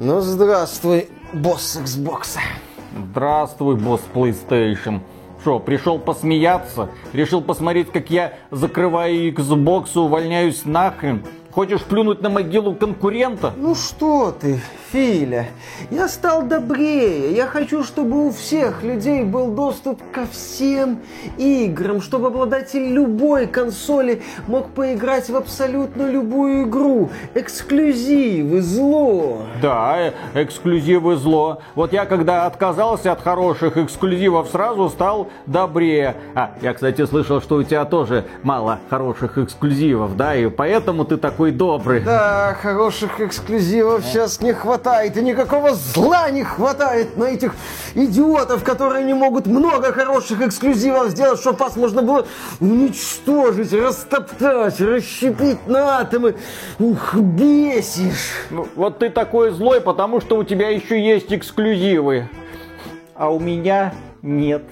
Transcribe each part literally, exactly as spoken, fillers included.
Ну, здравствуй, босс Xbox. Здравствуй, босс PlayStation. Что, пришел посмеяться? Решил посмотреть, как я закрываю Xbox, увольняюсь нахрен? Хочешь плюнуть на могилу конкурента? Ну что ты, Филя, я стал добрее. Я хочу, чтобы у всех людей был доступ ко всем играм, чтобы обладатель любой консоли мог поиграть в абсолютно любую игру. Эксклюзивы, зло. Да, эксклюзивы зло. Вот я когда отказался от хороших эксклюзивов, сразу стал добрее. А, я, кстати, слышал, что у тебя тоже мало хороших эксклюзивов, да, и поэтому ты такой добрый. Да, хороших эксклюзивов сейчас не хватает, и никакого зла не хватает на этих идиотов, которые не могут много хороших эксклюзивов сделать, чтобы вас можно было уничтожить, растоптать, расщепить на атомы. Ух, бесишь. Ну, вот ты такой злой, потому что у тебя еще есть эксклюзивы, а у меня нет.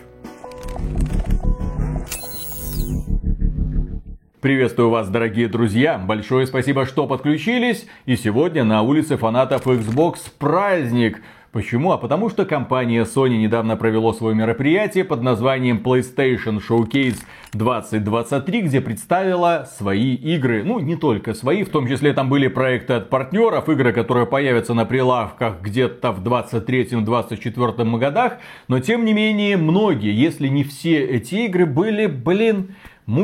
Приветствую вас, дорогие друзья, большое спасибо, что подключились, и сегодня на улице фанатов Xbox праздник. Почему? А потому что компания Sony недавно провела свое мероприятие под названием PlayStation Showcase двадцать двадцать три, где представила свои игры. Ну, не только свои, в том числе там были проекты от партнеров, игры, которые появятся на прилавках где-то в двадцать третьем — двадцать четвёртом годах. Но, тем не менее, многие, если не все эти игры были, блин,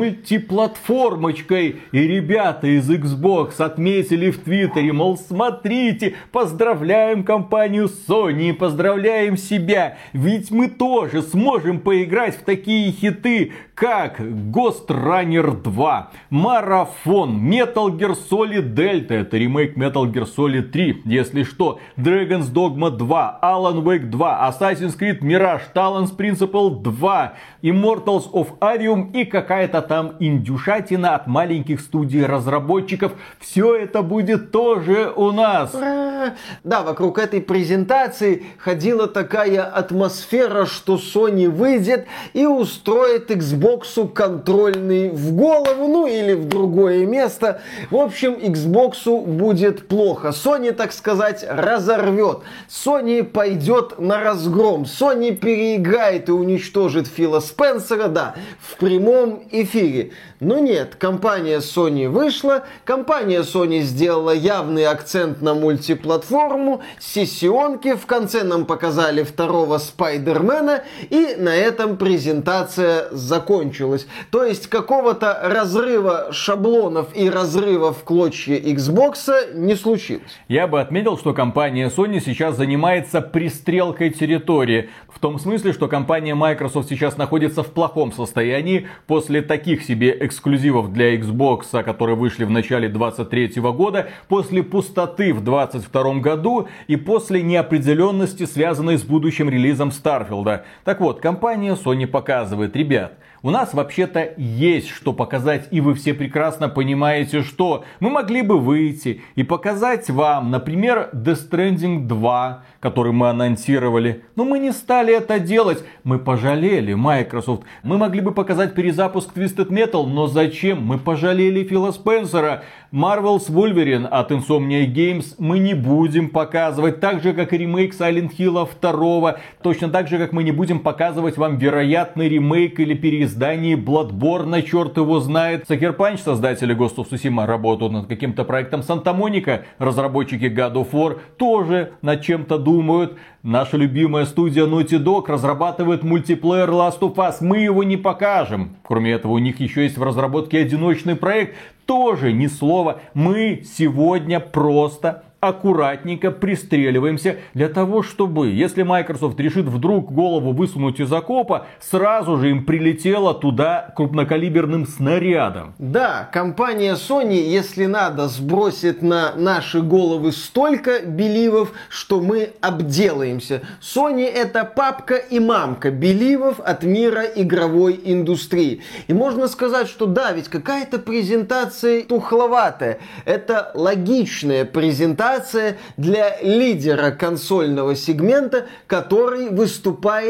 мультиплатформочкой. И ребята из Xbox отметили в Твиттере, мол, смотрите, поздравляем компанию Sony, поздравляем себя, ведь мы тоже сможем поиграть в такие хиты, как Ghost Runner два, Марафон, Metal Gear Solid Delta, это ремейк Metal Gear Solid три, если что, Dragon's Dogma два, Alan Wake два, Assassin's Creed Mirage, Talon's Principle два, Immortals of Arium и какая-то там индюшатина от маленьких студий разработчиков. Все это будет тоже у нас. Ура! Да, вокруг этой презентации ходила такая атмосфера, что Sony выйдет и устроит Xbox контрольный в голову, ну или в другое место. В общем, Xbox будет плохо. Sony, так сказать, разорвет. Sony пойдет на разгром. Sony переиграет и уничтожит Фила Спенсера, да, в прямом эфире. Но нет, компания Sony вышла, компания Sony сделала явный акцент на мультиплатформу, сессионки, в конце нам показали второго Спайдермена, и на этом презентация закончилась. То есть какого-то разрыва шаблонов и разрыва в клочья Xbox не случилось. Я бы отметил, что компания Sony сейчас занимается пристрелкой территории. В том смысле, что компания Microsoft сейчас находится в плохом состоянии после таких себе эксклюзивов для Xbox, которые вышли в начале двадцать третьего года, после пустоты в двадцать втором году и после неопределенности, связанной с будущим релизом Starfield. Так вот, компания Sony показывает, ребят, у нас вообще-то есть что показать, и вы все прекрасно понимаете, что мы могли бы выйти и показать вам, например, Death Stranding два, который мы анонсировали. Но мы не стали это делать. Мы пожалели Microsoft. Мы могли бы показать перезапуск Twisted Metal, но зачем? Мы пожалели Фила Спенсера. Marvel's Wolverine от Insomnia Games мы не будем показывать. Так же, как и ремейк Silent Hill два. Точно так же, как мы не будем показывать вам вероятный ремейк или переиздание Bloodborne, черт его знает. Sucker Punch, создатели Ghost of Tsushima, работают над каким-то проектом. Santa Monica, разработчики God of War, тоже над чем-то думают. Наша любимая студия Naughty Dog разрабатывает мультиплеер Last of Us. Мы его не покажем. Кроме этого, у них еще есть в разработке одиночный проект. Тоже ни слова. Мы сегодня просто аккуратненько пристреливаемся для того, чтобы, если Microsoft решит вдруг голову высунуть из окопа, сразу же им прилетело туда крупнокалиберным снарядом. Да, компания Sony, если надо, сбросит на наши головы столько беливов, что мы обделаемся. Sony — это папка и мамка беливов от мира игровой индустрии. И можно сказать, что да, ведь какая-то презентация тухловатая. Это логичная презентация для лидера консольного сегмента, который выступает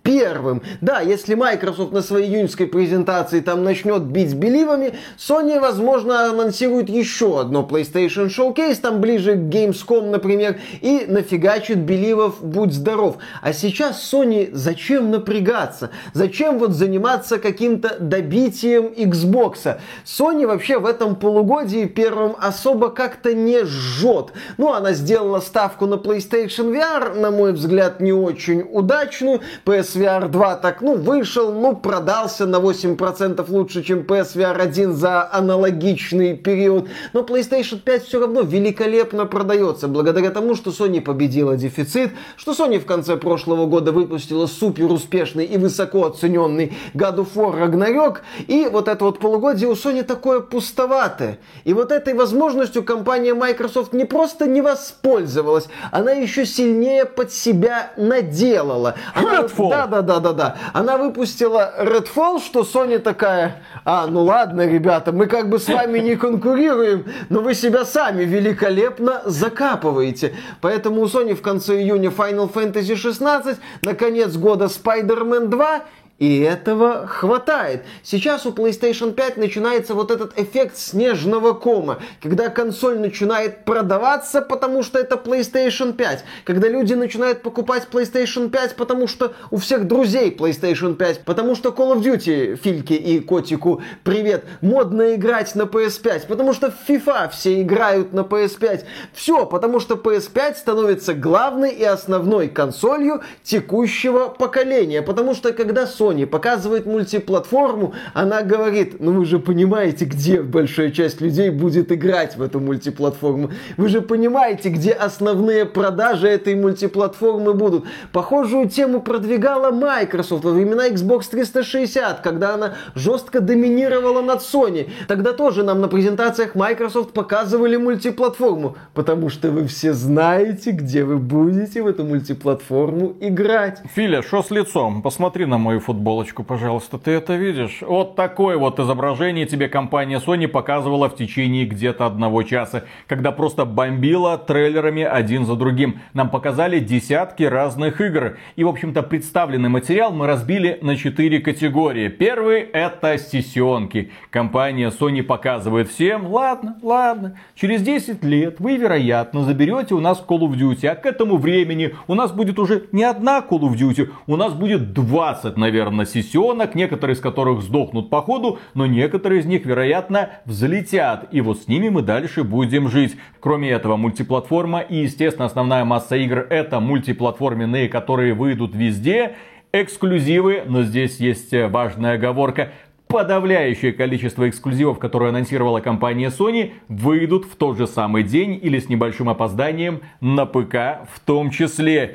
первым. Да, если Microsoft на своей июньской презентации там начнет бить беливами, Sony, возможно, анонсирует еще одно PlayStation Showcase, там ближе к Gamescom, например, и нафигачит беливов будь здоров. А сейчас Sony зачем напрягаться? Зачем вот заниматься каким-то добитием Xbox? Sony вообще в этом полугодии первым особо как-то не жжет. Ну, она сделала ставку на PlayStation ви ар, на мой взгляд, не очень удачную. пи эс ви ар два так, ну, вышел, ну, продался на восемь процентов лучше, чем пи эс ви ар один за аналогичный период. Но PlayStation пять все равно великолепно продается, благодаря тому, что Sony победила дефицит, что Sony в конце прошлого года выпустила супер успешный и высоко оцененный God of War Ragnarok, и вот это вот полугодие у Sony такое пустоватое. И вот этой возможностью компания Microsoft не просто не воспользовалась, она еще сильнее под себя наделала. Она, Redfall. Да, да, да, да, да. Она выпустила Redfall, что Sony такая: а, ну ладно, ребята, мы как бы с вами не конкурируем, но вы себя сами великолепно закапываете. Поэтому у Sony в конце июня Final Fantasy шестнадцать, на конец года Spider-Man два, и этого хватает. Сейчас у PlayStation пять начинается вот этот эффект снежного кома, когда консоль начинает продаваться, потому что это PlayStation пять, когда люди начинают покупать PlayStation пять, потому что у всех друзей PlayStation пять, потому что Call of Duty, Фильке и Котику привет, модно играть на пи эс пять, потому что в FIFA все играют на пи эс пять. Все, потому что пи эс пять становится главной и основной консолью текущего поколения, потому что когда Sony Sony показывает мультиплатформу, она говорит: ну вы же понимаете, где большая часть людей будет играть в эту мультиплатформу. Вы же понимаете, где основные продажи этой мультиплатформы будут. Похожую тему продвигала Microsoft во времена Xbox триста шестьдесят, когда она жестко доминировала над Sony. Тогда тоже нам на презентациях Microsoft показывали мультиплатформу, потому что вы все знаете, где вы будете в эту мультиплатформу играть. Филя, что с лицом? Посмотри на мою футболочку, пожалуйста, ты это видишь? Вот такое вот изображение тебе компания Sony показывала в течение где-то одного часа, когда просто бомбила трейлерами один за другим. Нам показали десятки разных игр. И, в общем-то, представленный материал мы разбили на четыре категории. Первый — это сессионки. Компания Sony показывает всем: ладно, ладно, через десять лет вы, вероятно, заберете у нас Call of Duty, а к этому времени у нас будет уже не одна Call of Duty, у нас будет двадцать, наверное, сессионок, некоторые из которых сдохнут по ходу, но некоторые из них, вероятно, взлетят. И вот с ними мы дальше будем жить. Кроме этого, мультиплатформа и, естественно, основная масса игр — это мультиплатформенные, которые выйдут везде. Эксклюзивы, но здесь есть важная оговорка. Подавляющее количество эксклюзивов, которые анонсировала компания Sony, выйдут в тот же самый день или с небольшим опозданием на ПК в том числе.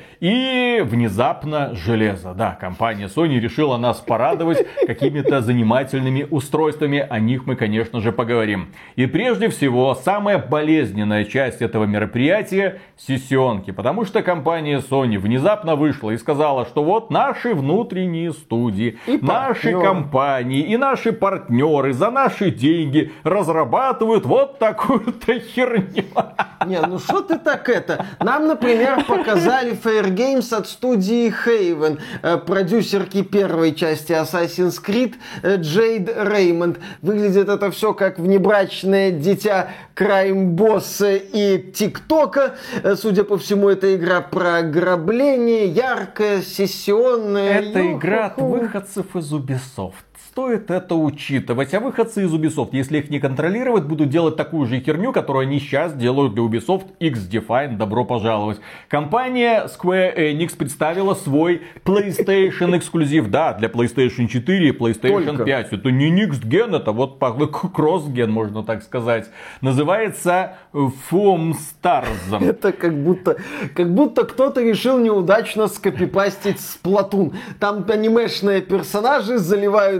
И внезапно железо. Да, компания Sony решила нас порадовать какими-то занимательными устройствами. О них мы, конечно же, поговорим. И прежде всего, самая болезненная часть этого мероприятия — сессионки. Потому что компания Sony внезапно вышла и сказала, что вот наши внутренние студии, и наши партнеры. компании и наши партнеры за наши деньги разрабатывают вот такую-то херню. Не, ну что ты так это? Нам, например, показали Fair Games от студии Haven, продюсерки первой части Assassin's Creed Джейд Реймонд. Выглядит это все как внебрачное дитя крайм-босса и ТикТока. Судя по всему, это игра про ограбление, яркая, сессионная. Это игра от выходцев из Ubisoft. Стоит это учитывать. А выходцы из Ubisoft, если их не контролировать, будут делать такую же херню, которую они сейчас делают для Ubisoft X-Defiant. Добро пожаловать. Компания Square Enix представила свой PlayStation эксклюзив. Да, для PlayStation четыре и PlayStation Только. пять. Это не Next Gen, это вот Cross-Gen, можно так сказать. Называется Foam Stars. Это как будто, как будто кто-то решил неудачно скопипастить Splatoon. Там анимешные персонажи заливают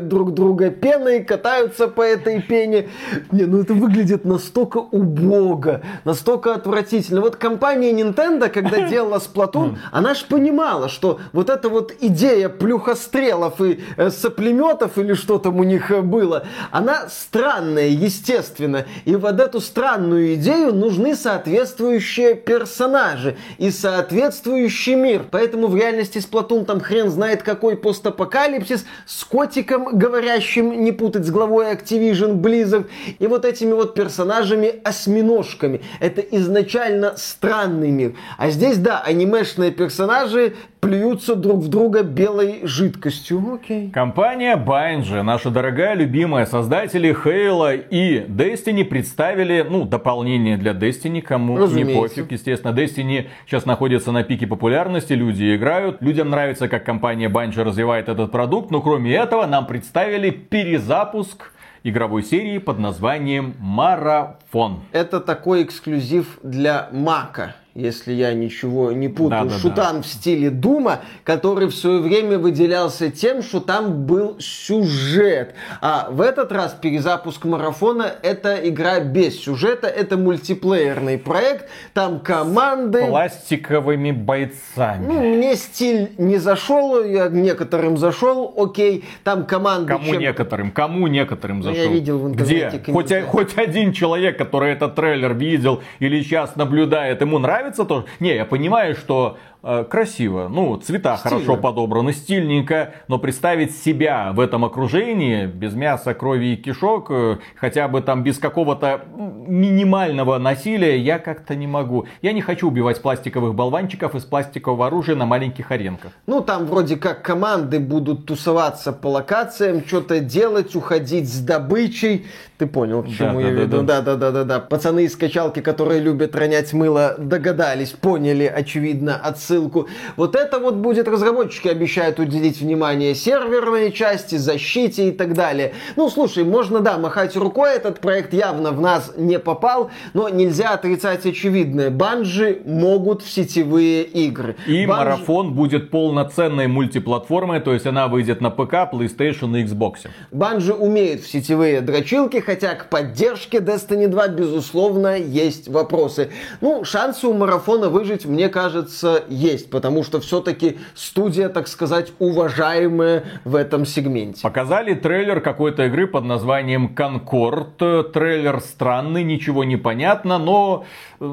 обливают друг друга пеной, катаются по этой пене. Не, ну это выглядит настолько убого, настолько отвратительно. Вот компания Nintendo, когда делала Splatoon, она ж понимала, что вот эта вот идея плюхострелов и э, соплеметов или что там у них было, она странная, естественно. И вот эту странную идею нужны соответствующие персонажи и соответствующий мир. Поэтому в реальности Splatoon там хрен знает какой постапокалипсис с котиком говорящим, не путать с главой Activision Blizzard, и вот этими вот персонажами-осьминожками. Это изначально странный мир. А здесь, да, анимешные персонажи плюются друг в друга белой жидкостью. Окей. Компания Bungie, наша дорогая, любимая, создатели Halo и Destiny представили, ну, дополнение для Destiny, кому Разумеется. Не пофиг, естественно. Destiny сейчас находится на пике популярности, люди играют, людям нравится, как компания Bungie развивает этот продукт, но кроме этого нам представили перезапуск игровой серии под названием Марафон. Это такой эксклюзив для Мака, если я ничего не путаю. Да, да, шутан да. в стиле Дума, который в свое время выделялся тем, что там был сюжет. А в этот раз перезапуск Марафона — это игра без сюжета, это мультиплеерный проект, там команды... С пластиковыми бойцами. Ну, мне стиль не зашел, я некоторым зашел, окей, там команды... Кому чем... некоторым? Кому некоторым зашел? Я видел в интернете. Где? Хоть, хоть один человек, который этот трейлер видел или сейчас наблюдает, ему нравится? Нравится тоже? Не, я понимаю, что э, красиво, ну, цвета Стильно. Хорошо подобраны, стильненько, но представить себя в этом окружении, без мяса, крови и кишок, э, хотя бы там без какого-то минимального насилия, я как-то не могу. Я не хочу убивать пластиковых болванчиков из пластикового оружия на маленьких аренках. Ну, там вроде как команды будут тусоваться по локациям, что-то делать, уходить с добычей. Ты понял, к чему да, я да, веду? Да-да-да-да-да. Пацаны из качалки, которые любят ронять мыло, догадались, поняли, очевидно, отсылку. Вот это вот будет, разработчики обещают уделить внимание серверной части, защите и так далее. Ну, слушай, можно, да, махать рукой, этот проект явно в нас не попал, но нельзя отрицать очевидное. Банжи могут в сетевые игры. И Bungie... Марафон будет полноценной мультиплатформой, то есть она выйдет на ПК, PlayStation и Xbox. Банжи умеют в сетевые дрочилки, хотя к поддержке Destiny два, безусловно, есть вопросы. Ну, шансы у Марафона выжить, мне кажется, есть, потому что все-таки студия, так сказать, уважаемая в этом сегменте. Показали трейлер какой-то игры под названием Concord. Трейлер странный, ничего не понятно, но...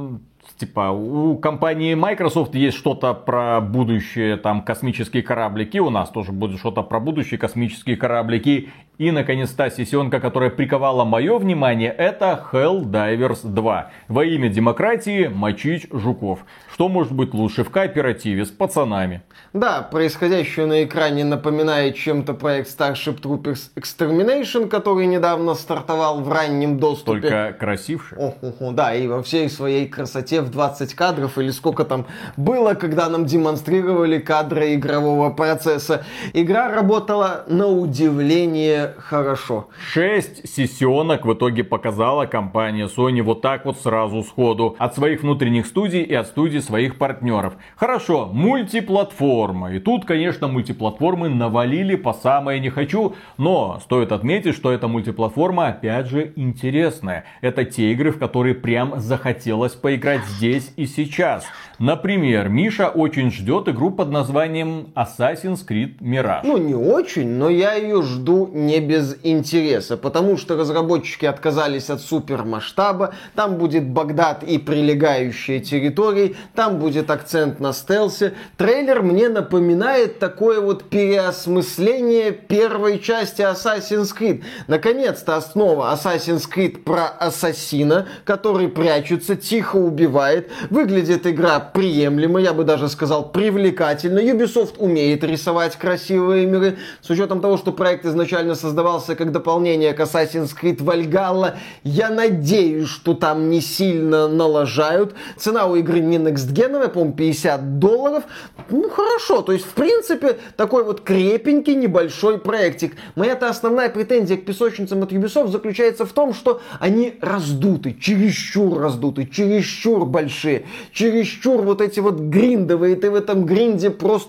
Типа, у компании Microsoft есть что-то про будущее, там, космические кораблики. У нас тоже будет что-то про будущие космические кораблики. И, наконец, та сессионка, которая приковала мое внимание, это Helldivers два. Во имя демократии мочить жуков. Что может быть лучше в кооперативе с пацанами? Да, происходящее на экране напоминает чем-то проект Starship Troopers Extermination, который недавно стартовал в раннем доступе. Только красивше. О, о, о, да, и во всей своей красоте в двадцать кадров, или сколько там было, когда нам демонстрировали кадры игрового процесса. Игра работала на удивление хорошо. Шесть сессионок в итоге показала компания Sony вот так вот сразу сходу. От своих внутренних студий и от студий своих партнеров. Хорошо, мультиплатформа. И тут, конечно, мультиплатформы навалили по самое не хочу. Но стоит отметить, что эта мультиплатформа, опять же, интересная. Это те игры, в которые прям захотелось поиграть здесь и сейчас. Например, Миша очень ждет игру под названием Assassin's Creed Mirage. Ну, не очень, но я ее жду не без интереса, потому что разработчики отказались от супермасштаба. Там будет Багдад и прилегающие территории, там будет акцент на стелсе. Трейлер мне напоминает такое вот переосмысление первой части Assassin's Creed. Наконец-то основа Assassin's Creed про ассасина, который прячется, тихо убивает. Выглядит игра приемлемо, я бы даже сказал привлекательно. Ubisoft умеет рисовать красивые миры. С учетом того, что проект изначально создавался как дополнение к Assassin's Creed Valhalla, я надеюсь, что там не сильно налажают. Цена у игры не некстгеновая, по-моему, пятьдесят долларов. Ну, хорошо. То есть, в принципе, такой вот крепенький небольшой проектик. Моя-то основная претензия к песочницам от Ubisoft заключается в том, что они раздуты, чересчур раздуты, чересчур большие, чересчур вот эти вот гриндовые, ты в этом гринде просто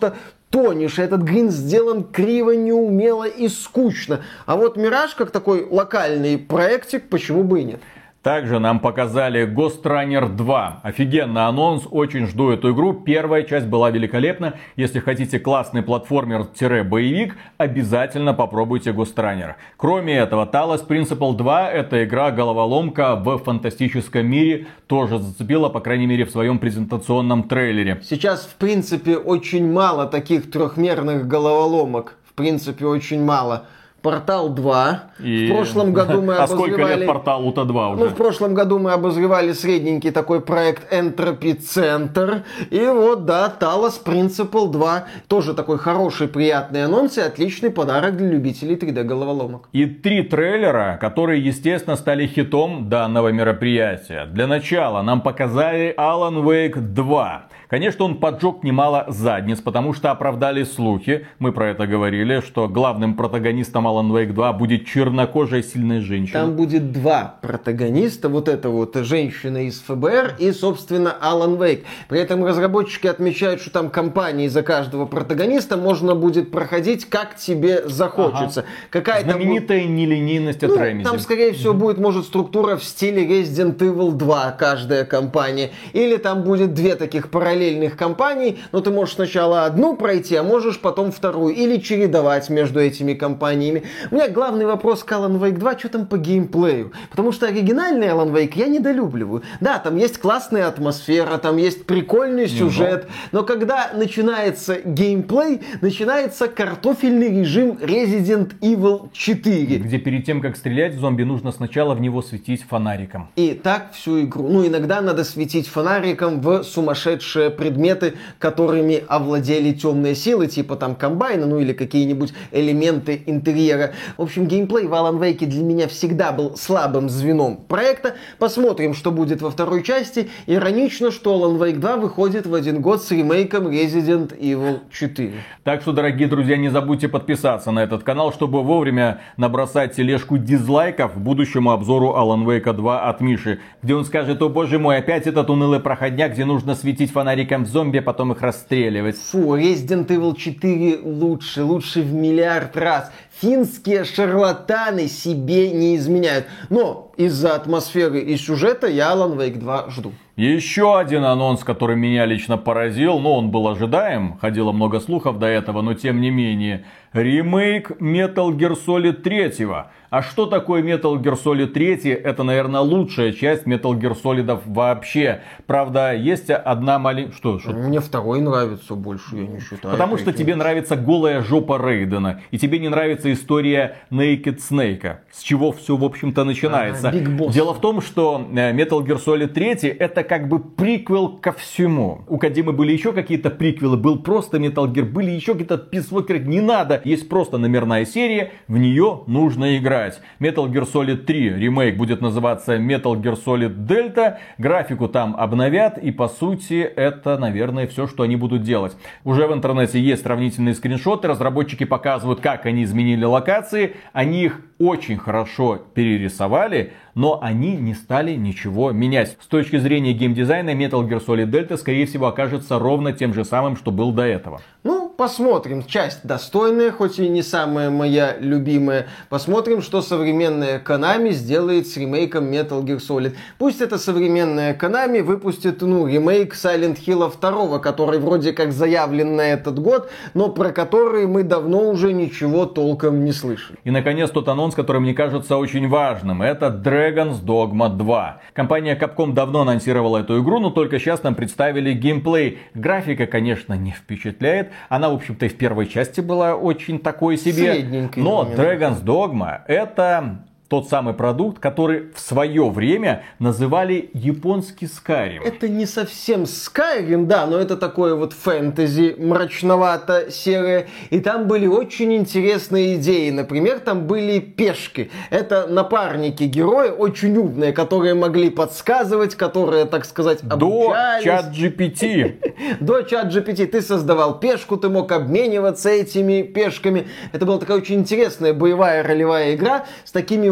тонешь. Этот грин сделан криво, неумело и скучно. А вот Мираж, как такой локальный проектик, почему бы и нет? Также нам показали Ghost Runner два. Офигенный анонс, очень жду эту игру. Первая часть была великолепна. Если хотите классный платформер-боевик, обязательно попробуйте Ghost Runner. Кроме этого, Talos Principle два — это игра-головоломка в фантастическом мире. Тоже зацепила, по крайней мере, в своем презентационном трейлере. Сейчас, в принципе, очень мало таких трехмерных головоломок. В принципе, очень мало. Портал два. И... В прошлом году мы а обозревали... сколько лет Порталу-то два уже? Ну, в прошлом году мы обозревали средненький такой проект Entropy Center. И вот, да, Talos Principle два. Тоже такой хороший, приятный анонс и отличный подарок для любителей три дэ-головоломок. И три трейлера, которые, естественно, стали хитом данного мероприятия. Для начала нам показали Alan Wake два. Конечно, он поджег немало задниц, потому что оправдали слухи. Мы про это говорили, что главным протагонистом Alan Wake два будет чернокожая сильная женщина. Там будет два протагониста. Вот это вот женщина из эф бэ эр и, собственно, Alan Wake. При этом разработчики отмечают, что там кампании за каждого протагониста можно будет проходить, как тебе захочется. Ага. Какая-то знаменитая будет... нелинейность от ну, Remedy. Там, скорее всего, mm-hmm. будет, может, структура в стиле Resident Evil два, каждая кампания. Или там будет две таких параллельных компаний, но ты можешь сначала одну пройти, а можешь потом вторую. Или чередовать между этими компаниями. У меня главный вопрос к Alan Wake два, что там по геймплею? Потому что оригинальный Alan Wake я недолюбливаю. Да, там есть классная атмосфера, там есть прикольный сюжет, mm-hmm. но когда начинается геймплей, начинается картофельный режим Resident Evil четыре. Где перед тем, как стрелять в зомби, нужно сначала в него светить фонариком. И так всю игру. Ну, иногда надо светить фонариком в сумасшедшие предметы, которыми овладели темные силы, типа там комбайна, ну или какие-нибудь элементы интерьера. В общем, геймплей в Alan Wake для меня всегда был слабым звеном проекта. Посмотрим, что будет во второй части. Иронично, что Alan Wake два выходит в один год с ремейком Resident Evil четыре. Так что, дорогие друзья, не забудьте подписаться на этот канал, чтобы вовремя набросать тележку дизлайков будущему обзору Alan Wake два от Миши, где он скажет: о боже мой, опять этот унылый проходняк, где нужно светить фонариком в зомби, а потом их расстреливать. Фу, Resident Evil четыре лучше, лучше в миллиард раз. Финские шарлатаны себе не изменяют. Но из-за атмосферы и сюжета я Alan Wake два жду. Еще один анонс, который меня лично поразил, но он был ожидаем, ходило много слухов до этого, но тем не менее. Ремейк Metal Gear Solid три. А что такое Metal Gear Solid три? Это, наверное, лучшая часть Metal Gear Solid вообще. Правда, есть одна маленькая... Что, что? Мне второй нравится больше, я не считаю. Потому что тебе нравится голая жопа Рейдена. И тебе не нравится история Naked Snake. С чего все, в общем-то, начинается. А, Дело в том, что Metal Gear Solid три это как бы приквел ко всему. У Кодзимы были еще какие-то приквелы. Был просто Metal Gear. Были еще какие-то писвокеры. Не надо. Есть просто номерная серия. В нее нужно играть. Metal Gear Solid три ремейк будет называться Metal Gear Solid Delta. Графику там обновят. И по сути это, наверное, все, что они будут делать. Уже в интернете есть сравнительные скриншоты. Разработчики показывают, как они изменили локации. Они их очень хорошо перерисовали, но они не стали ничего менять. С точки зрения геймдизайна Metal Gear Solid Delta, скорее всего, окажется ровно тем же самым, что был до этого. Ну, посмотрим. Часть достойная, хоть и не самая моя любимая. Посмотрим, что современная Konami сделает с ремейком Metal Gear Solid. Пусть это современная Konami выпустит, ну, ремейк Silent Hill два, который вроде как заявлен на этот год, но про который мы давно уже ничего толком не слышали. И, наконец, тот анонс, который мне кажется очень важным. Это Dragon's Dogma два. Компания Capcom давно анонсировала эту игру, но только сейчас нам представили геймплей. Графика, конечно, не впечатляет. Она, в общем-то, и в первой части была очень такой себе. Средненькой. Но Dragon's Dogma это... тот самый продукт, который в свое время называли японский Skyrim. Это не совсем Skyrim, да, но это такое вот фэнтези, мрачновато-серое. И там были очень интересные идеи. Например, там были пешки. Это напарники героя, очень умные, которые могли подсказывать, которые, так сказать, обучались. До чат джи пи ти. До чат джи пи ти ты создавал пешку, ты мог обмениваться этими пешками. Это была такая очень интересная боевая ролевая игра с такими вот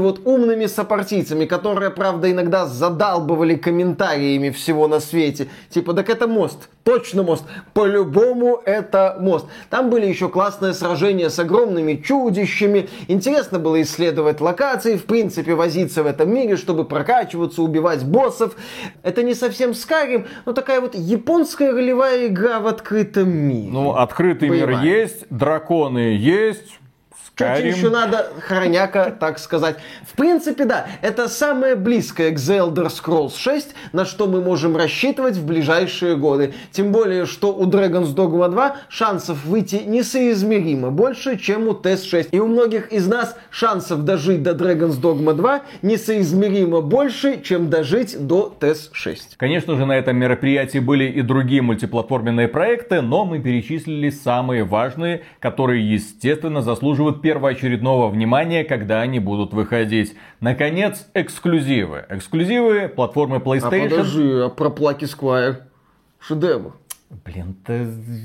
вот умными сопартийцами, которые, правда, иногда задалбывали комментариями всего на свете. Типа, так это мост. Точно мост. По-любому это мост. Там были еще классные сражения с огромными чудищами. Интересно было исследовать локации, в принципе, возиться в этом мире, чтобы прокачиваться, убивать боссов. Это не совсем Skyrim, но такая вот японская ролевая игра в открытом мире. Ну, открытый Боевая. мир есть, драконы есть. Что еще надо, хороняка, так сказать. В принципе, да, это самое близкое к The Elder Scrolls шесть, на что мы можем рассчитывать в ближайшие годы. Тем более, что у Dragon's Dogma два шансов выйти несоизмеримо больше, чем у ти эс шесть. И у многих из нас шансов дожить до Dragon's Dogma два несоизмеримо больше, чем дожить до ти эс шесть. Конечно же, на этом мероприятии были и другие мультиплатформенные проекты, но мы перечислили самые важные, которые, естественно, заслуживают первоочередного внимания, когда они будут выходить. Наконец, эксклюзивы. Эксклюзивы платформы PlayStation. А подожди, а про Plucky Squire? Шедевр. Блин, ты...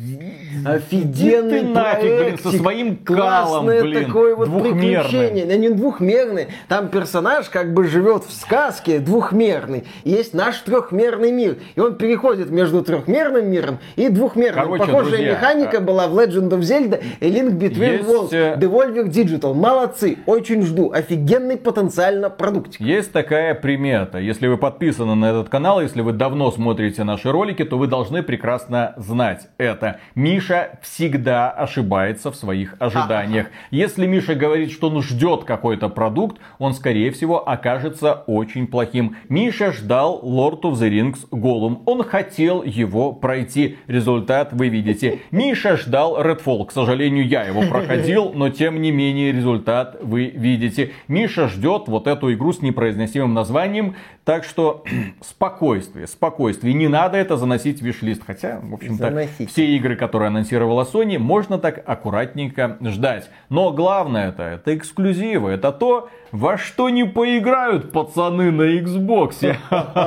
Офигенный ты нафиг, блин, со своим калом, блин, такое вот приключение. Да не двухмерный. Там персонаж как бы живет в сказке двухмерный. Есть наш трехмерный мир. И он переходит между трехмерным миром и двухмерным. Короче, Похожая друзья, механика а... была в Legend of Zelda и Link Between есть... Worlds. Devolver Digital. Молодцы. Очень жду. Офигенный потенциально продуктик. Есть такая примета. Если вы подписаны на этот канал, если вы давно смотрите наши ролики, то вы должны прекрасно знать это. Миша всегда ошибается в своих ожиданиях. Если Миша говорит, что он ждет какой-то продукт, он, скорее всего, окажется очень плохим. Миша ждал Lord of the Rings Gollum. Он хотел его пройти. Результат вы видите. Миша ждал Redfall. К сожалению, я его проходил, но тем не менее результат вы видите. Миша ждет вот эту игру с непроизносимым названием. Так что спокойствие, спокойствие. Не надо это заносить в виш-лист. Хотя, в общем-то, Заносите. все игры, которые анонсировала Sony, можно так аккуратненько ждать. Но главное это, это эксклюзивы. Это то, во что не поиграют пацаны на Xbox.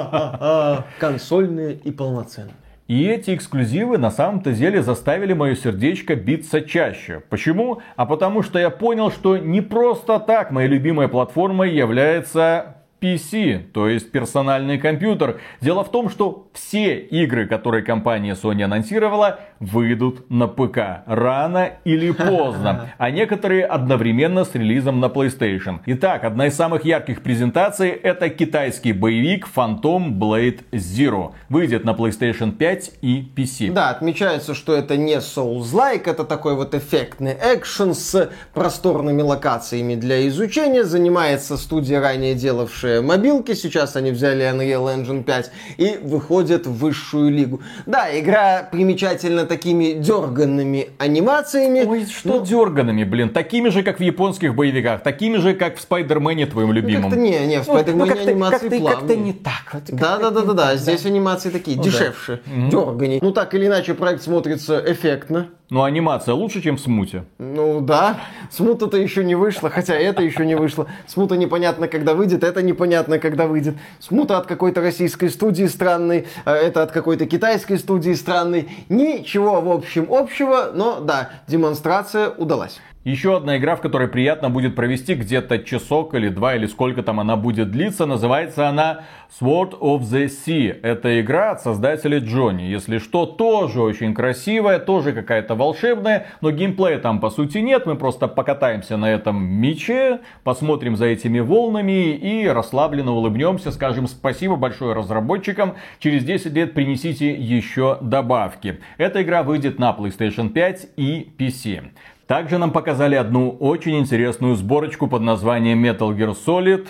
Консольные и полноценные. И эти эксклюзивы на самом-то деле заставили мое сердечко биться чаще. Почему? А потому что я понял, что не просто так моей любимой платформой является пи си, то есть персональный компьютер. Дело в том, что все игры, которые компания Sony анонсировала, выйдут на ПК рано или поздно, а некоторые одновременно с релизом на PlayStation. Итак, одна из самых ярких презентаций — это китайский боевик Phantom Blade Zero. Выйдет на PlayStation пять и пи си. Да, отмечается, что это не Souls-like, это такой вот эффектный экшен с просторными локациями для изучения. Занимается студия, ранее делавшая мобилки, сейчас они взяли Unreal Engine пять и выходят в высшую лигу. Да, игра примечательна такими дерганными анимациями. Ой, что ну, дерганными, блин, такими же, как в японских боевиках, такими же, как в Спайдермене твоем любимом. Ну, как-то не, не, в Спайдермене ну, анимации как-то, плавные. Как-то не так. Вот, да, да, да, да, да, здесь да. анимации такие, ну, дешевше, да. дерганей. Ну, так или иначе, проект смотрится эффектно. Но анимация лучше, чем в Смуте. Ну да, Смута-то еще не вышло, хотя это еще не вышло. Смута непонятно, когда выйдет, это непонятно, когда выйдет. Смута от какой-то российской студии странной, это от какой-то китайской студии странной. Ничего, в общем, общего, но да, демонстрация удалась. Еще одна игра, в которой приятно будет провести где-то часок или два, или сколько там она будет длиться, называется она Sword of the Sea. Это игра от создателей Джонни. Если что, тоже очень красивая, тоже какая-то волшебная, но геймплея там по сути нет. Мы просто покатаемся на этом мече, посмотрим за этими волнами и расслабленно улыбнемся, скажем спасибо большое разработчикам. Через десять лет принесите еще добавки. Эта игра выйдет на PlayStation пять и пи си. Также нам показали одну очень интересную сборочку под названием Metal Gear Solid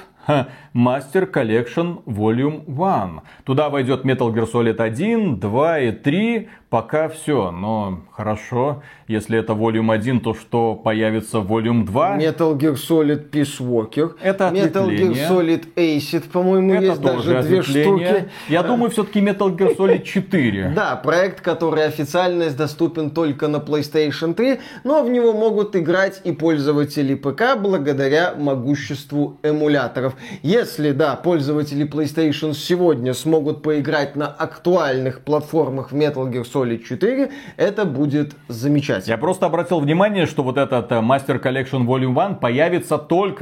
Master Collection Volume один. Туда войдет Metal Gear Solid один, два и три. Пока все, но хорошо. Если это Volume один, то что появится в Volume два? Metal Gear Solid Peace Walker. Это Metal Gear Solid Acid, по-моему, это есть даже две штуки. Я думаю, все-таки Metal Gear Solid четыре. Да, проект, который официально доступен только на PlayStation три, но в него могут играть и пользователи ПК благодаря могуществу эмуляторов. Если, да, пользователи PlayStation сегодня смогут поиграть на актуальных платформах в Metal Gear Solid четыре, это будет замечательно. Я просто обратил внимание, что вот этот Master Collection Volume один появится только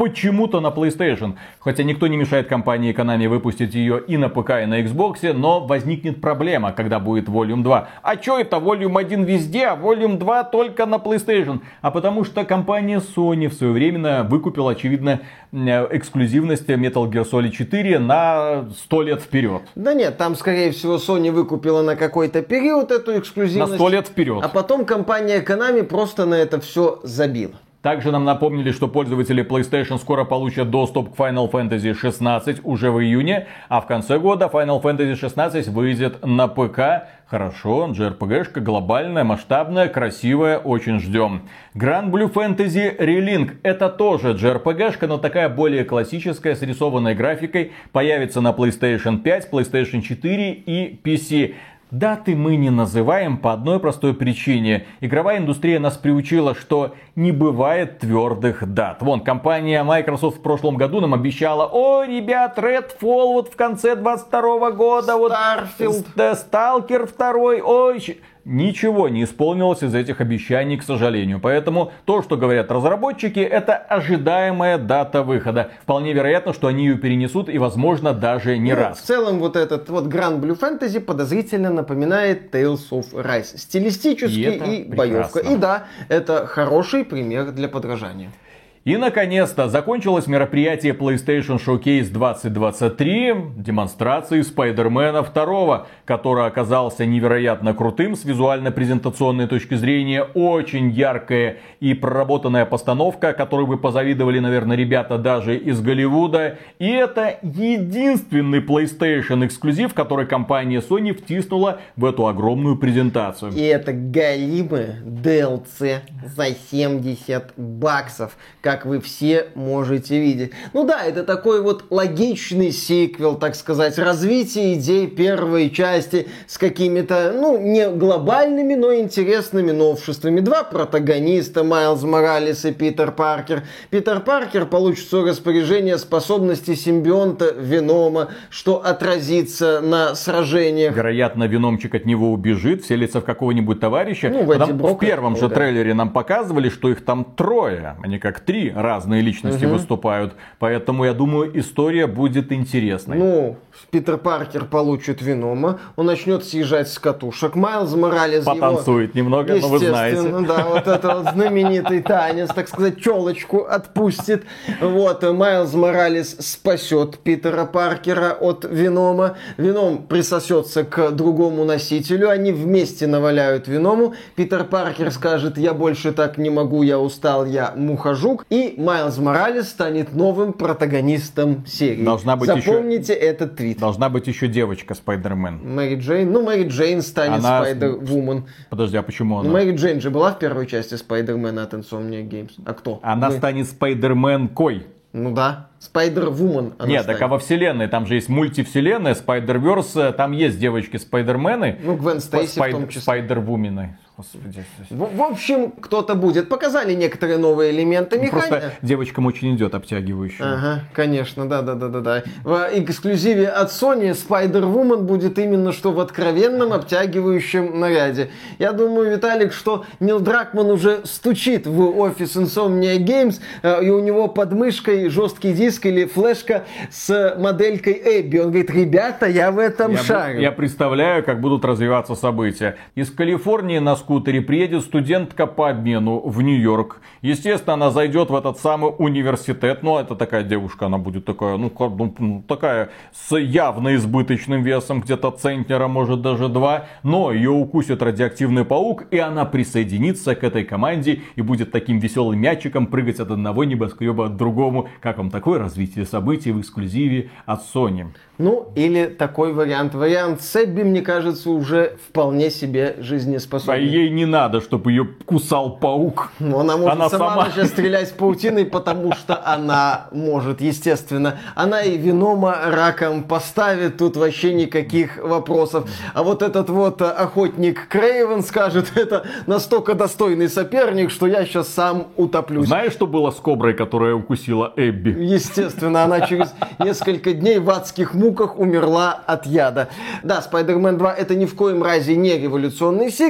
почему-то на PlayStation. Хотя никто не мешает компании Konami выпустить ее и на ПК, и на Xbox, но возникнет проблема, когда будет Volume два. А чё это Volume один везде, а Volume два только на PlayStation? А потому что компания Sony в свое время выкупила, очевидно, эксклюзивность Metal Gear Solid четыре на сто лет вперед. Да нет, там, скорее всего, Sony выкупила на какой-то период эту эксклюзивность. На сто лет вперед. А потом компания Konami просто на это все забила. Также нам напомнили, что пользователи PlayStation скоро получат доступ к Final Fantasy шестнадцать уже в июне, а в конце года Final Fantasy шестнадцать выйдет на ПК. Хорошо, джей ар пи джи-шка глобальная, масштабная, красивая, очень ждем. Grand Blue Fantasy Relink, это тоже джей ар пи джи-шка, но такая более классическая, с рисованной графикой, появится на PlayStation пять, PlayStation четыре и пи си. Даты мы не называем по одной простой причине. Игровая индустрия нас приучила, что не бывает твердых дат. Вон, компания Microsoft в прошлом году нам обещала: о, ребят, Redfall вот в конце двадцать второго года, вот Starfield, да, Stalker два, ой... Ничего не исполнилось из этих обещаний, к сожалению. Поэтому то, что говорят разработчики, это ожидаемая дата выхода. Вполне вероятно, что они ее перенесут и, возможно, даже не ну, раз. В целом, вот этот вот Grand Blue Fantasy подозрительно напоминает Tales of Rise. Стилистически и, и боевка. И да, это хороший пример для подражания. И, наконец-то, закончилось мероприятие PlayStation Showcase двадцать двадцать три демонстрации Спайдермена два, который оказался невероятно крутым с визуально-презентационной точки зрения. Очень яркая и проработанная постановка, которой бы позавидовали, наверное, ребята даже из Голливуда. И это единственный PlayStation эксклюзив, который компания Sony втиснула в эту огромную презентацию. И это галимый ди эл си за семьдесят баксов. Как вы все можете видеть. Ну да, это такой вот логичный сиквел, так сказать, развитие идей первой части с какими-то, ну, не глобальными, но интересными новшествами. Два протагониста, Майлз Моралес и Питер Паркер. Питер Паркер получит в свое распоряжение способности симбионта Венома, что отразится на сражениях. Вероятно, Веномчик от него убежит, вселится в какого-нибудь товарища. Ну, в, в первом же трейлере нам показывали, что их там трое, а не как три разные личности угу. выступают. Поэтому, я думаю, история будет интересной. Ну, Питер Паркер получит Венома, он начнет съезжать с катушек. Майлз Моралес потанцует его, немного, но вы знаете. Да, вот это вот знаменитый танец, так сказать, челочку отпустит. Вот, Майлз Моралес спасет Питера Паркера от Венома. Веном присосется к другому носителю, они вместе наваляют Веному. Питер Паркер скажет: я больше так не могу, я устал, я мухожук. И Майлз Моралес станет новым протагонистом серии. Должна быть Запомните еще... этот твит. Должна быть еще девочка Спайдермен. Мэри Джейн. Ну, Мэри Джейн станет она... Спайдер-вумен. Подожди, а почему она? Ну, Мэри Джейн же была в первой части Спайдермена от Insomniac Games. А кто? Она Вы? станет Спайдермен-кой. Ну да. Спайдер-вумен. Нет, станет. так а во вселенной, там же есть мультивселенная, Spider-Verse, там есть девочки-спайдермены. Ну, Гвен Стейси Спайд... в том числе. Спайдер-вумены. Господи. В, в общем, кто-то будет. Показали некоторые новые элементы механики. Просто девочкам очень идет обтягивающий. Ага, конечно, да-да-да-да-да. В эксклюзиве от Sony Spider-Woman будет именно что в откровенном обтягивающем наряде. Я думаю, Виталик, что Нил Дракман уже стучит в офис Insomniac Games, и у него под мышкой жесткий диск или флешка с моделькой Эбби. Он говорит: ребята, я в этом я шарю. Я представляю, как будут развиваться события. Из Калифорнии на скутере приедет студентка по обмену в Нью-Йорк. Естественно, она зайдет в этот самый университет. Ну, это такая девушка, она будет такая, ну, ну такая с явно избыточным весом, где-то центнера, может даже два. Но ее укусит радиоактивный паук, и она присоединится к этой команде и будет таким веселым мячиком прыгать от одного небоскреба к другому. Как вам такое развитие событий в эксклюзиве от Sony? Ну, или такой вариант. Вариант с Эбби, мне кажется, уже вполне себе жизнеспособный. А ей не надо, чтобы ее кусал паук. Ну, она может она сама, сама начать стрелять с паутиной, потому что она может, естественно. Она и Венома раком поставит, тут вообще никаких вопросов. А вот этот вот охотник Крейвен скажет: это настолько достойный соперник, что я сейчас сам утоплюсь. Знаешь, что было с коброй, которая укусила Эбби? Естественно, она через несколько дней в адских муках умерла от яда. Да, Spider-Man два это ни в коем разе не революционный сиквел, это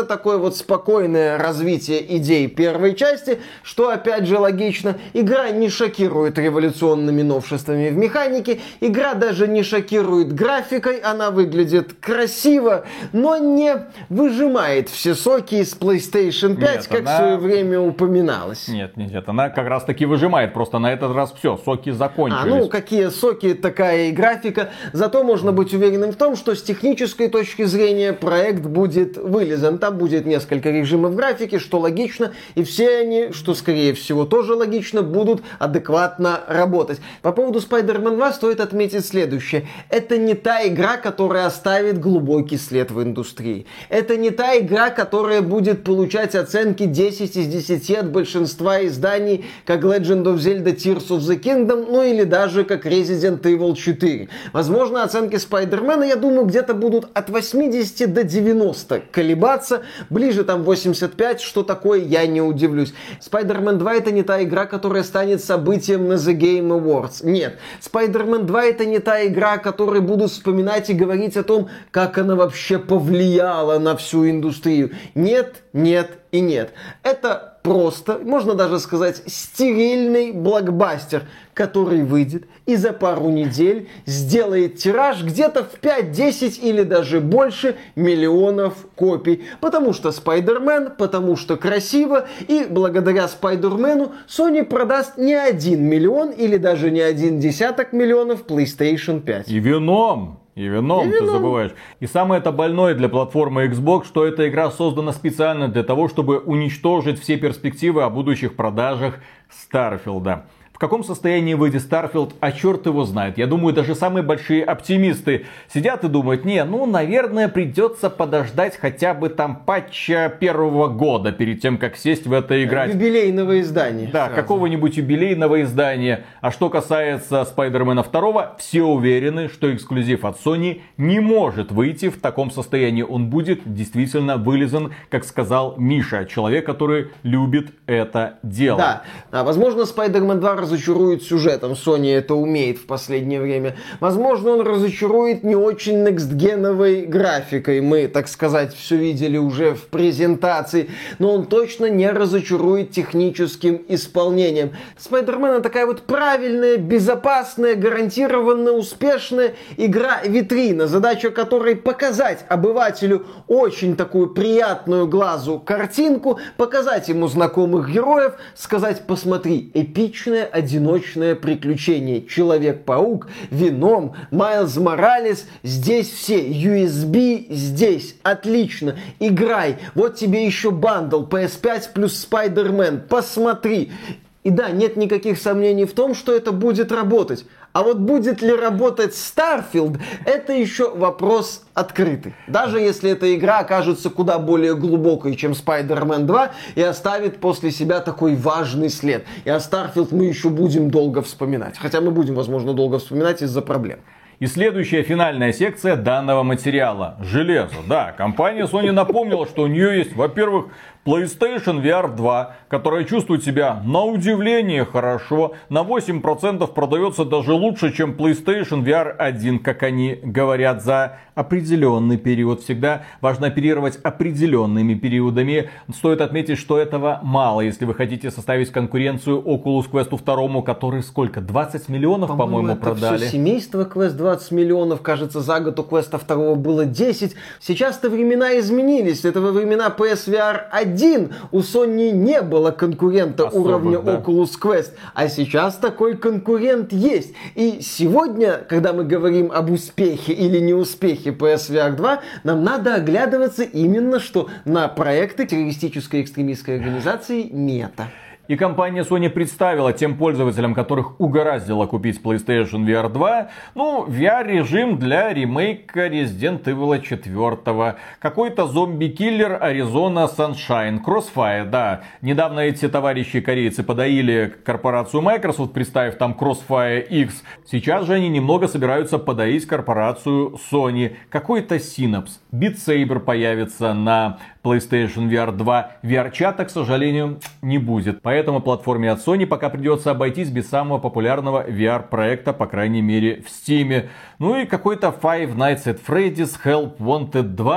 такое вот спокойное развитие идей первой части, что опять же логично. Игра не шокирует революционными новшествами в механике, игра даже не шокирует графикой, она выглядит красиво, но не выжимает все соки из PlayStation пять, нет, как она... в свое время упоминалось. Нет, нет, нет, она как раз таки выжимает, просто на этот раз все, соки закончились. А, ну какие соки, такая и графика. Зато можно быть уверенным в том, что с технической точки зрения проект будет вылезан. Там будет несколько режимов графики, что логично, и все они, что скорее всего тоже логично, будут адекватно работать. По поводу Spider-Man два стоит отметить следующее. Это не та игра, которая оставит глубокий след в индустрии. Это не та игра, которая будет получать оценки десять из десяти от большинства изданий, как Legend of Zelda Tears of the Kingdom, ну или даже как Resident Evil четыре. Возможно, оценки Spider-Man, я думаю, где-то будут от восьмидесяти до девяноста колебаться. Ближе там восемьдесят пять, что такое, я не удивлюсь. Spider-Man два это не та игра, которая станет событием на The Game Awards. Нет. Spider-Man два это не та игра, о которой будут вспоминать и говорить о том, как она вообще повлияла на всю индустрию. Нет, нет и нет. Это просто, можно даже сказать, стерильный блокбастер, который выйдет и за пару недель сделает тираж где-то в пять-десять или даже больше миллионов копий. Потому что Spider-Man, потому что красиво, и благодаря Spider-Man Sony продаст не один миллион или даже не один десяток миллионов PlayStation пять. И вином! И вином, и вином, ты забываешь. И самое это больное для платформы Xbox, что эта игра создана специально для того, чтобы уничтожить все перспективы о будущих продажах Старфилда. В каком состоянии выйдет Starfield, а черт его знает. Я думаю, даже самые большие оптимисты сидят и думают, не, ну, наверное, придется подождать хотя бы там патча первого года, перед тем, как сесть в это играть. Юбилейного издания. Да, сразу. Какого-нибудь юбилейного издания. А что касается Spider-Man два, все уверены, что эксклюзив от Sony не может выйти в таком состоянии. Он будет действительно вылизан, как сказал Миша, человек, который любит это дело. Да, а, возможно, Spider-Man два разочарует сюжетом. Sony это умеет в последнее время. Возможно, он разочарует не очень некстгеновой графикой. Мы, так сказать, все видели уже в презентации. Но он точно не разочарует техническим исполнением. Spider-Man такая вот правильная, безопасная, гарантированно успешная игра-витрина, задача которой показать обывателю очень такую приятную глазу картинку, показать ему знакомых героев, сказать, посмотри, эпичная одиночное приключение. Человек-паук, Веном, Майлз Моралес. Здесь все. ю эс би здесь. Отлично. Играй. Вот тебе еще бандл пи эс пять плюс Spider-Man. Посмотри. И да, нет никаких сомнений в том, что это будет работать. А вот будет ли работать Starfield, это еще вопрос открытый. Даже если эта игра окажется куда более глубокой, чем Spider-Man два, и оставит после себя такой важный след. И о Starfield мы еще будем долго вспоминать. Хотя мы будем, возможно, долго вспоминать из-за проблем. И следующая финальная секция данного материала. Железо. Да, компания Sony напомнила, что у нее есть, во-первых, PlayStation ви ар два, которая чувствует себя на удивление хорошо. На восемь процентов продается даже лучше, чем PlayStation ви ар один, как они говорят, за определенный период. Всегда важно оперировать определенными периодами. Стоит отметить, что этого мало, если вы хотите составить конкуренцию Oculus Quest два, который сколько? двадцать миллионов, по-моему, по-моему это продали. Все семейство Quest двадцать миллионов, кажется, за год у Quest два было десять. Сейчас-то времена изменились. Это во времена пи эс ви ар один. У Sony не было конкурента особо, уровня да. Oculus Quest, а сейчас такой конкурент есть. И сегодня, когда мы говорим об успехе или неуспехе пи эс ви ар два, нам надо оглядываться именно что на проекты террористической экстремистской организации Мета. И компания Sony представила тем пользователям, которых угораздило купить PlayStation ви ар два, ну, ви ар-режим для ремейка Resident Evil четыре. Какой-то зомби-киллер Arizona Sunshine. Crossfire, да. Недавно эти товарищи корейцы подоили корпорацию Microsoft, представив там Crossfire X. Сейчас же они немного собираются подоить корпорацию Sony. Какой-то Synapse. Beat Saber появится на PlayStation ви ар два. ви ар-чата, к сожалению, не будет. Поэтому платформе от Sony пока придется обойтись без самого популярного ви ар-проекта, по крайней мере, в Steam. Ну и какой-то Five Nights at Freddy's Help Wanted два.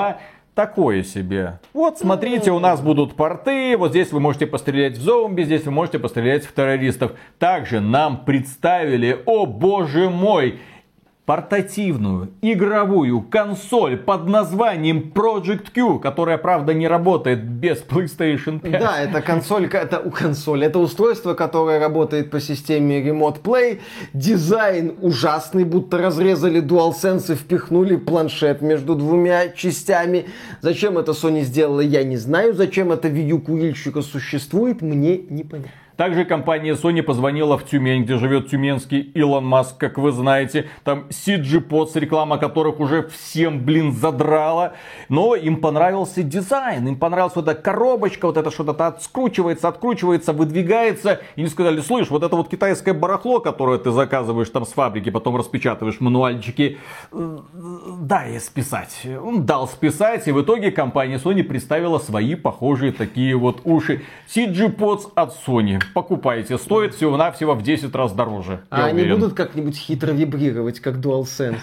такое себе. Вот, смотрите, у нас будут порты, вот здесь вы можете пострелять в зомби, здесь вы можете пострелять в террористов. Также нам представили, о боже мой, портативную игровую консоль под названием Project Q, которая, правда, не работает без PlayStation пять. Да, это консолька, это у консоли, это устройство, которое работает по системе Remote Play. Дизайн ужасный, будто разрезали DualSense и впихнули планшет между двумя частями. Зачем это Sony сделала, я не знаю. Зачем это Wii U курильщика существует, мне не понятно. Также компания Sony позвонила в Тюмень, где живет тюменский Илон Маск, как вы знаете. Там си джи Pods, реклама которых уже всем, блин, задрала. Но им понравился дизайн, им понравилась вот эта коробочка, вот это что-то откручивается, откручивается, выдвигается. И они сказали, слышь, вот это вот китайское барахло, которое ты заказываешь там с фабрики, потом распечатываешь мануальчики, дай списать. Он дал списать, и в итоге компания Sony представила свои похожие такие вот уши. си джи Pods от Sony. Покупайте, стоит всего-навсего в десять раз дороже. А они будут как-нибудь хитро вибрировать, как DualSense?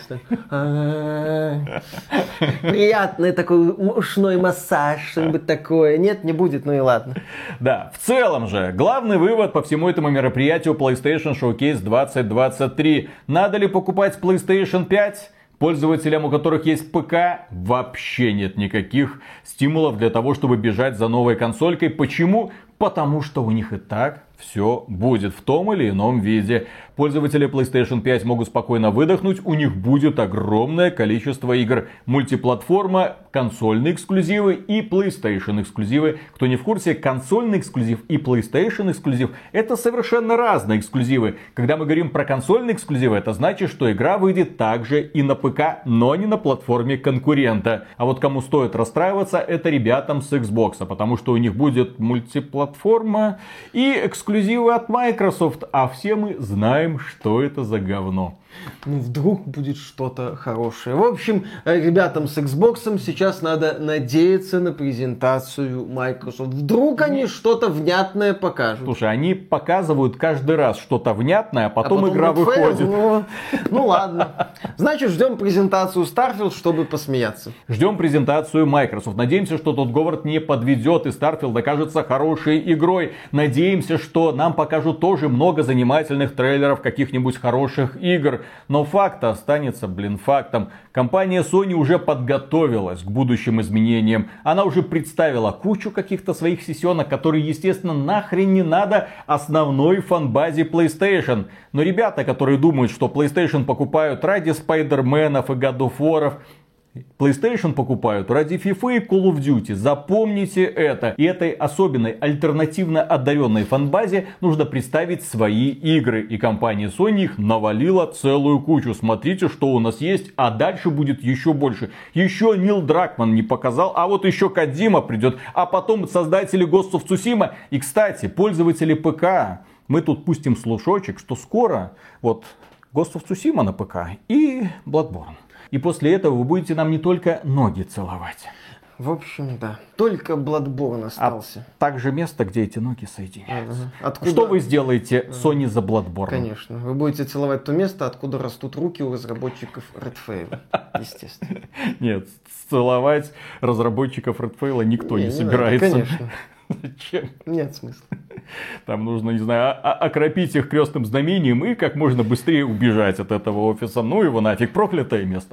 Приятный такой ушной массаж, что-нибудь такое. Нет, не будет, ну и ладно. Да, в целом же, главный вывод по всему этому мероприятию PlayStation Showcase двадцать двадцать три. Надо ли покупать PlayStation пять? Пользователям, у которых есть ПК, вообще нет никаких стимулов для того, чтобы бежать за новой консолькой. Почему? Потому что у них и так все будет в том или ином виде. Пользователи PlayStation пять могут спокойно выдохнуть, у них будет огромное количество игр. Мультиплатформа, консольные эксклюзивы и PlayStation эксклюзивы. Кто не в курсе, консольный эксклюзив и PlayStation эксклюзив это совершенно разные эксклюзивы. Когда мы говорим про консольные эксклюзивы, это значит, что игра выйдет также и на ПК, но не на платформе конкурента. А вот кому стоит расстраиваться, это ребятам с Xbox, потому что у них будет мультиплатформа и эксклюзивы от Microsoft, а все мы знаем, что это за говно. Ну, вдруг будет что-то хорошее. В общем, ребятам с Xbox сейчас надо надеяться на презентацию Microsoft. Вдруг они что-то внятное покажут. Слушай, они показывают каждый раз что-то внятное, а потом, а потом игра выходит. выходит. Ну, ну ладно. Значит, ждем презентацию Starfield, чтобы посмеяться. Ждем презентацию Microsoft. Надеемся, что тот Говард не подведет и Starfield окажется хорошей игрой. Надеемся, что нам покажут тоже много занимательных трейлеров каких-нибудь хороших игр. Но факт останется, блин, фактом. Компания Sony уже подготовилась к будущим изменениям. Она уже представила кучу каких-то своих сисенок, которые, естественно, нахрен не надо основной фан-базе PlayStation. Но ребята, которые думают, что PlayStation покупают ради Спайдерменов и God of War'ов, PlayStation покупают ради FIFA и Call of Duty. Запомните это. И этой особенной альтернативно одаренной фанбазе нужно представить свои игры. И компания Sony их навалила целую кучу. Смотрите, что у нас есть. А дальше будет еще больше. Еще Нил Дракман не показал. А вот еще Кодзима придет. А потом создатели Ghost of Tsushima. И, кстати, пользователи ПК. Мы тут пустим слушочек, что скоро вот Ghost of Tsushima на ПК и Bloodborne. И после этого вы будете нам не только ноги целовать. В общем, да. Только Bloodborne остался. А также место, где эти ноги соединяются. Ага. Откуда... Что вы сделаете Sony за Bloodborne? Конечно. Вы будете целовать то место, откуда растут руки у разработчиков Redfall. Естественно. Нет, целовать разработчиков Redfall никто не, не собирается. Надо, конечно. Зачем? Нет смысла. Там нужно, не знаю, окропить их крестным знамением и как можно быстрее убежать от этого офиса. Ну его нафиг, проклятое место.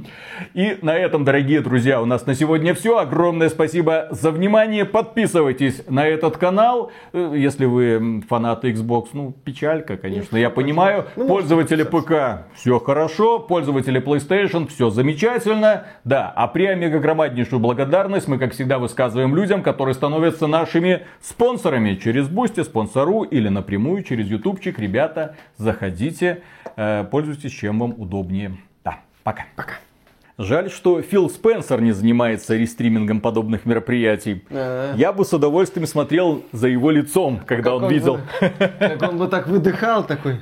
И на этом, дорогие друзья, у нас на сегодня все. Огромное спасибо за внимание. Подписывайтесь на этот канал. Если вы фанаты Xbox, ну печалька, конечно, я понимаю. Пользователи ПК, все хорошо. Пользователи PlayStation, все замечательно. Да, а при омега-громаднейшую благодарность мы, как всегда, высказываем людям, которые становятся нашими спонсорами через Бусти, спонсору или напрямую через ютубчик. Ребята, заходите, э, пользуйтесь чем вам удобнее. Да, пока. Пока. Жаль, что Фил Спенсер не занимается рестримингом подобных мероприятий. А-а-а. Я бы с удовольствием смотрел за его лицом, когда как он, он видел. Бы, как он бы так выдыхал такой.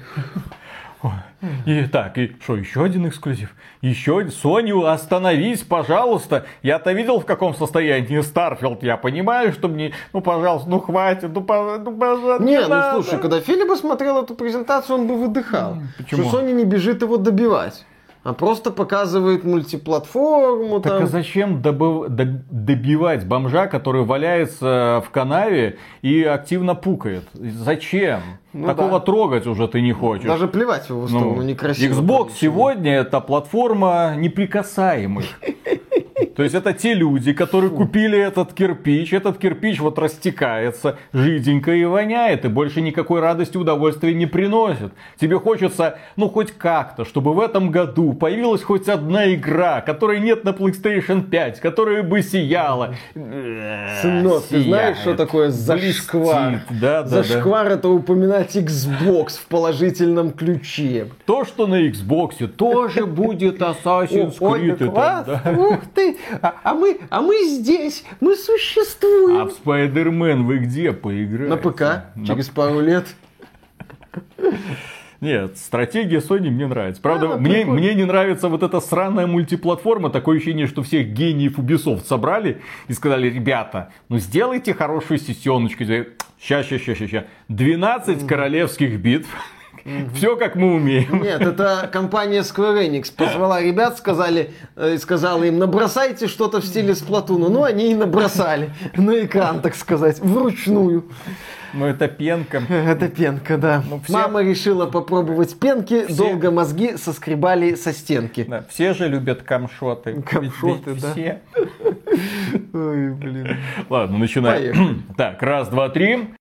И так, и что, еще один эксклюзив? Еще один? Sony, остановись, пожалуйста. Я-то видел, в каком состоянии Starfield. Я понимаю, что мне... Ну, пожалуйста, ну хватит, ну, пожалуйста, ну, пожалуйста. Не, не ну надо. Слушай, когда Филипп бы смотрел эту презентацию, он бы выдыхал. Почему? Что Sony не бежит его добивать. а просто показывает мультиплатформу. Так там. а зачем добыв... добивать бомжа, который валяется в канаве и активно пукает? Зачем? Ну, Такого да. трогать уже ты не хочешь. Даже плевать в его сторону, ну, некрасиво. Xbox сегодня это платформа неприкасаемых. То есть это те люди, которые Фу. купили этот кирпич, этот кирпич вот растекается, жиденько и воняет, и больше никакой радости, удовольствия не приносит. Тебе хочется, ну хоть как-то, чтобы в этом году появилась хоть одна игра, которой нет на PlayStation пять, которая бы сияла. Сынок, ты знаешь, что такое зашквар? Да, да, зашквар да. это упоминать Xbox в положительном ключе. То, что на Xbox тоже будет Assassin's Creed. Ой, класс, ух ты! А, а, мы, а мы здесь, мы существуем. А в Spider-Man вы где поиграете? На ПК, На... через пару лет. Нет, стратегия Sony мне нравится. Правда, а, мне, мне не нравится вот эта сраная мультиплатформа. Такое ощущение, что всех гениев Ubisoft собрали и сказали: ребята, ну сделайте хорошую сессионочку. Ща, ща, ща, ща, ща. двенадцать королевских битв. Mm-hmm. Все как мы умеем. Нет, это компания Square Enix позвала ребят, сказали, э, сказала им: набросайте что-то в стиле Сплатуна. Ну, они и набросали на экран, так сказать, вручную. Ну, это пенка. Это пенка, да. Ну, все... Мама решила попробовать пенки, все... долго мозги соскребали со стенки. Да, все же любят камшоты. Камшоты, да. Все. Ой, блин. Ладно, начинаем. Так, раз, два, три.